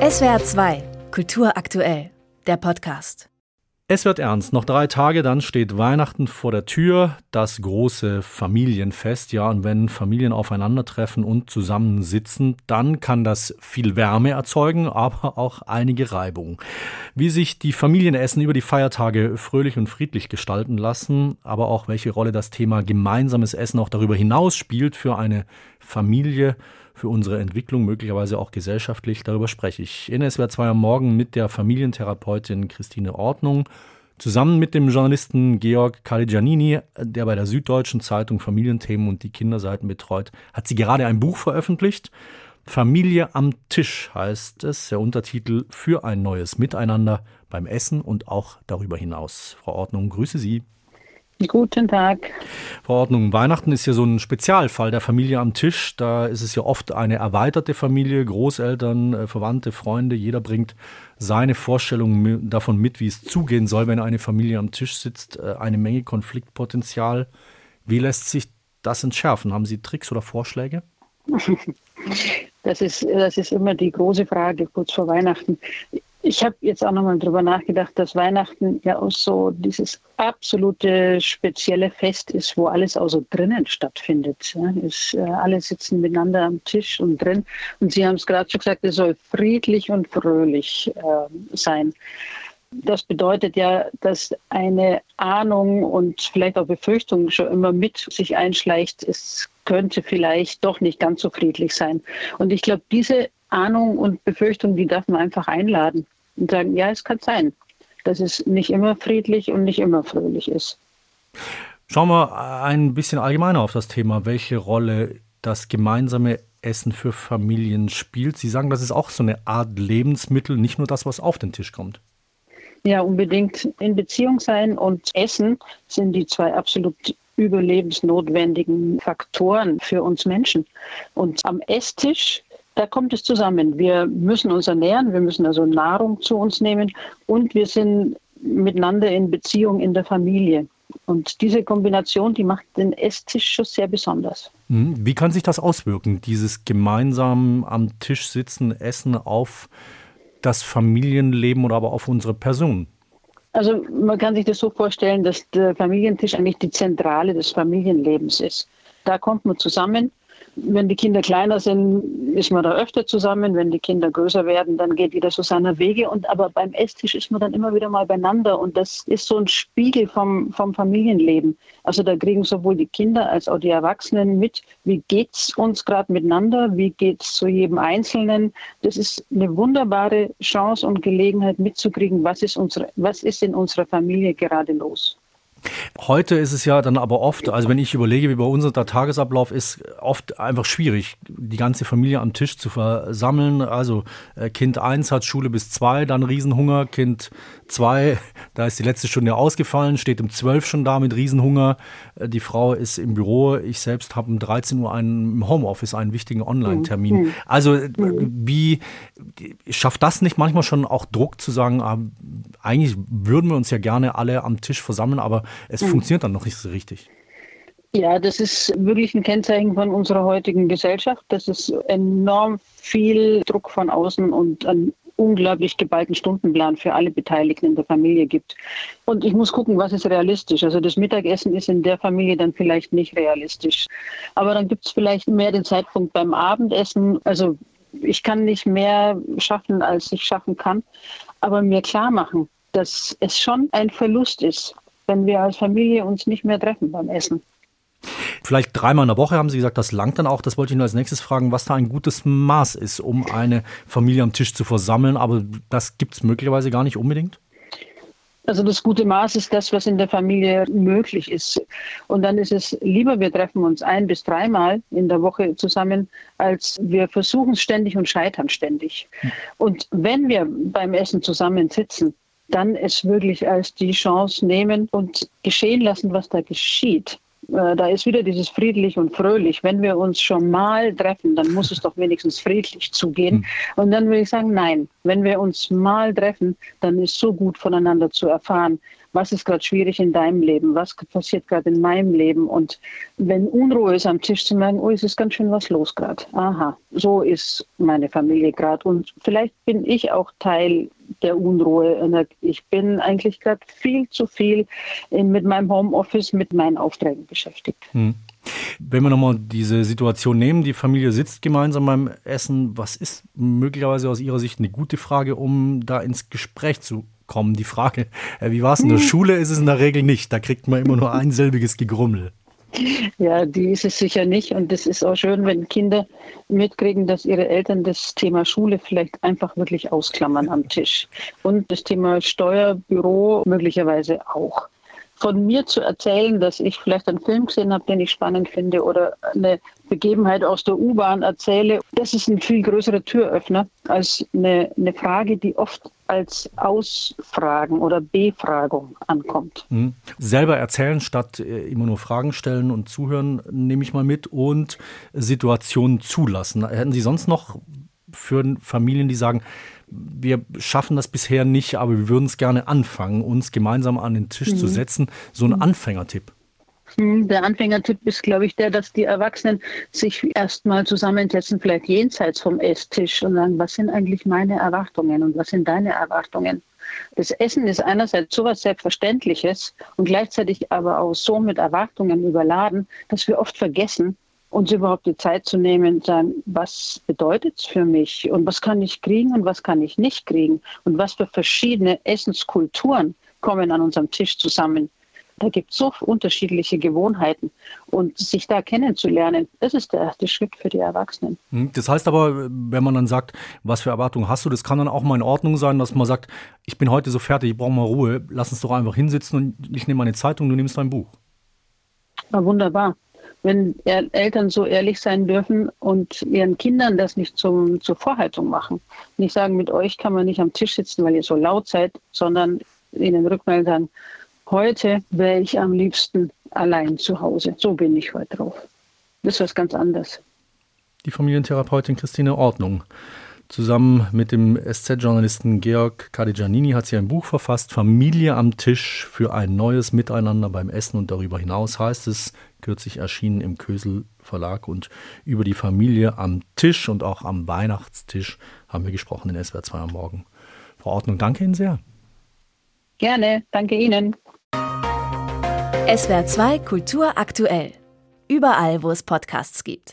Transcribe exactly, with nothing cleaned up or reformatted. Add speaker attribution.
Speaker 1: S W R zwei, Kultur aktuell, der Podcast.
Speaker 2: Es wird ernst. Noch drei Tage, dann steht Weihnachten vor der Tür, das große Familienfest. Ja, und wenn Familien aufeinandertreffen und zusammensitzen, dann kann das viel Wärme erzeugen, aber auch einige Reibung. Wie sich die Familienessen über die Feiertage fröhlich und friedlich gestalten lassen, aber auch welche Rolle das Thema gemeinsames Essen auch darüber hinaus spielt für eine Familie, für unsere Entwicklung, möglicherweise auch gesellschaftlich. Darüber spreche ich in S W R zwei am Morgen mit der Familientherapeutin Christine Ordnung, zusammen mit dem Journalisten Georg Caligianini, der bei der Süddeutschen Zeitung Familienthemen und die Kinderseiten betreut. Hat sie gerade ein Buch veröffentlicht. Familie am Tisch heißt es, der Untertitel für ein neues Miteinander beim Essen und auch darüber hinaus. Frau Ordnung, grüße Sie.
Speaker 3: Guten Tag.
Speaker 2: Frau Ordnung, Weihnachten ist ja so ein Spezialfall der Familie am Tisch. Da ist es ja oft eine erweiterte Familie, Großeltern, Verwandte, Freunde. Jeder bringt seine Vorstellungen davon mit, wie es zugehen soll, wenn eine Familie am Tisch sitzt. Eine Menge Konfliktpotenzial. Wie lässt sich das entschärfen? Haben Sie Tricks oder Vorschläge?
Speaker 3: Das ist, das ist immer die große Frage kurz vor Weihnachten. Ich habe jetzt auch nochmal drüber nachgedacht, dass Weihnachten ja auch so dieses absolute spezielle Fest ist, wo alles auch so drinnen stattfindet. Ja, es, äh, alle sitzen miteinander am Tisch und drin. Und Sie haben es gerade schon gesagt, es soll friedlich und fröhlich äh, sein. Das bedeutet ja, dass eine Ahnung und vielleicht auch Befürchtung schon immer mit sich einschleicht, es könnte vielleicht doch nicht ganz so friedlich sein. Und ich glaube, diese Ahnung und Befürchtung, die darf man einfach einladen und sagen, ja, es kann sein, dass es nicht immer friedlich und nicht immer fröhlich ist.
Speaker 2: Schauen wir ein bisschen allgemeiner auf das Thema, welche Rolle das gemeinsame Essen für Familien spielt. Sie sagen, das ist auch so eine Art Lebensmittel, nicht nur das, was auf den Tisch kommt.
Speaker 3: Ja, unbedingt. In Beziehung sein und Essen sind die zwei absolut überlebensnotwendigen Faktoren für uns Menschen. Und am Esstisch, da kommt es zusammen. Wir müssen uns ernähren, wir müssen also Nahrung zu uns nehmen und wir sind miteinander in Beziehung in der Familie. Und diese Kombination, die macht den Esstisch schon sehr besonders.
Speaker 2: Wie kann sich das auswirken, dieses gemeinsam am Tisch sitzen, Essen auf das Familienleben oder aber auf unsere Person?
Speaker 3: Also man kann sich das so vorstellen, dass der Familientisch eigentlich die Zentrale des Familienlebens ist. Da kommt man zusammen. Wenn die Kinder kleiner sind, ist man da öfter zusammen. Wenn die Kinder größer werden, dann geht jeder so seiner Wege. Und aber beim Esstisch ist man dann immer wieder mal beieinander. Und das ist so ein Spiegel vom, vom Familienleben. Also da kriegen sowohl die Kinder als auch die Erwachsenen mit, wie geht's uns gerade miteinander, wie geht's zu jedem Einzelnen. Das ist eine wunderbare Chance und Gelegenheit mitzukriegen, was ist unsere, was ist in unserer Familie gerade los.
Speaker 2: Heute ist es ja dann aber oft, also wenn ich überlege, wie bei uns der Tagesablauf ist, oft einfach schwierig, die ganze Familie am Tisch zu versammeln. Also Kind eins hat Schule bis zwei, dann Riesenhunger. Kind zwei, da ist die letzte Stunde ausgefallen, steht um zwölf schon da mit Riesenhunger. Die Frau ist im Büro. Ich selbst habe um dreizehn Uhr einen, im Homeoffice einen wichtigen Online-Termin. Mhm. Also wie schafft das nicht manchmal schon auch Druck zu sagen, ah, eigentlich würden wir uns ja gerne alle am Tisch versammeln, aber es mhm. funktioniert dann noch nicht so richtig.
Speaker 3: Ja, das ist wirklich ein Kennzeichen von unserer heutigen Gesellschaft, dass es enorm viel Druck von außen und einen unglaublich geballten Stundenplan für alle Beteiligten in der Familie gibt. Und ich muss gucken, was ist realistisch. Also das Mittagessen ist in der Familie dann vielleicht nicht realistisch. Aber dann gibt es vielleicht mehr den Zeitpunkt beim Abendessen. Also ich kann nicht mehr schaffen, als ich schaffen kann. Aber mir klar machen, dass es schon ein Verlust ist, wenn wir als Familie uns nicht mehr treffen beim Essen.
Speaker 2: Vielleicht dreimal in der Woche, haben Sie gesagt, das langt dann auch. Das wollte ich nur als nächstes fragen, was da ein gutes Maß ist, um eine Familie am Tisch zu versammeln. Aber das gibt es möglicherweise gar nicht unbedingt?
Speaker 3: Also das gute Maß ist das, was in der Familie möglich ist. Und dann ist es lieber, wir treffen uns ein- bis dreimal in der Woche zusammen, als wir versuchen es ständig und scheitern ständig. Und wenn wir beim Essen zusammen sitzen, dann es wirklich als die Chance nehmen und geschehen lassen, was da geschieht. Da ist wieder dieses friedlich und fröhlich. Wenn wir uns schon mal treffen, dann muss es doch wenigstens friedlich zugehen. Mhm. Und dann würde ich sagen, nein, wenn wir uns mal treffen, dann ist so gut voneinander zu erfahren, Was ist gerade schwierig in deinem Leben? Was passiert gerade in meinem Leben? Und wenn Unruhe ist am Tisch, zu merken, oh, es ist ganz schön was los gerade. Aha, so ist meine Familie gerade. Und vielleicht bin ich auch Teil der Unruhe. Ich bin eigentlich gerade viel zu viel mit meinem Homeoffice, mit meinen Aufträgen beschäftigt.
Speaker 2: Hm. Wenn wir nochmal diese Situation nehmen, die Familie sitzt gemeinsam beim Essen, was ist möglicherweise aus Ihrer Sicht eine gute Frage, um da ins Gespräch zu kommen? Die Frage, wie war es in der hm. Schule, ist es in der Regel nicht. Da kriegt man immer nur einsilbiges Gegrummel.
Speaker 3: Ja, die ist es sicher nicht. Und es ist auch schön, wenn Kinder mitkriegen, dass ihre Eltern das Thema Schule vielleicht einfach wirklich ausklammern am Tisch. Und das Thema Steuerbüro möglicherweise auch. Von mir zu erzählen, dass ich vielleicht einen Film gesehen habe, den ich spannend finde, oder eine Begebenheit aus der U-Bahn erzähle, das ist ein viel größerer Türöffner als eine, eine Frage, die oft als Ausfragen oder Befragung ankommt.
Speaker 2: Mhm. Selber erzählen statt immer nur Fragen stellen und zuhören, nehme ich mal mit, und Situationen zulassen. Hätten Sie sonst noch für Familien, die sagen, wir schaffen das bisher nicht, aber wir würden es gerne anfangen, uns gemeinsam an den Tisch mhm. zu setzen, so ein Anfängertipp?
Speaker 3: Der Anfängertipp ist, glaube ich, der, dass die Erwachsenen sich erstmal zusammensetzen, vielleicht jenseits vom Esstisch, und sagen, was sind eigentlich meine Erwartungen und was sind deine Erwartungen? Das Essen ist einerseits sowas Selbstverständliches und gleichzeitig aber auch so mit Erwartungen überladen, dass wir oft vergessen, uns überhaupt die Zeit zu nehmen und sagen, was bedeutet es für mich und was kann ich kriegen und was kann ich nicht kriegen und was für verschiedene Essenskulturen kommen an unserem Tisch zusammen. Da gibt es so unterschiedliche Gewohnheiten, und sich da kennenzulernen, das ist der erste Schritt für die Erwachsenen.
Speaker 2: Das heißt aber, wenn man dann sagt, was für Erwartungen hast du, das kann dann auch mal in Ordnung sein, dass man sagt, ich bin heute so fertig, ich brauche mal Ruhe, lass uns doch einfach hinsitzen und ich nehme meine Zeitung, du nimmst dein Buch.
Speaker 3: Ja, wunderbar. Wenn Eltern so ehrlich sein dürfen und ihren Kindern das nicht zum, zur Vorhaltung machen. Nicht sagen, mit euch kann man nicht am Tisch sitzen, weil ihr so laut seid, sondern ihnen rückmelden, sagen, heute wäre ich am liebsten allein zu Hause. So bin ich heute drauf. Das ist was ganz anderes.
Speaker 2: Die Familientherapeutin Christine Ordnung. Zusammen mit dem S Z-Journalisten Georg Cardigianini hat sie ein Buch verfasst, Familie am Tisch für ein neues Miteinander beim Essen und darüber hinaus, heißt es, kürzlich erschienen im Kösel Verlag. Und über die Familie am Tisch und auch am Weihnachtstisch haben wir gesprochen in S W R zwei am Morgen. Frau Ordnung, danke Ihnen sehr.
Speaker 3: Gerne, danke Ihnen.
Speaker 1: S W R zwei Kultur aktuell. Überall, wo es Podcasts gibt.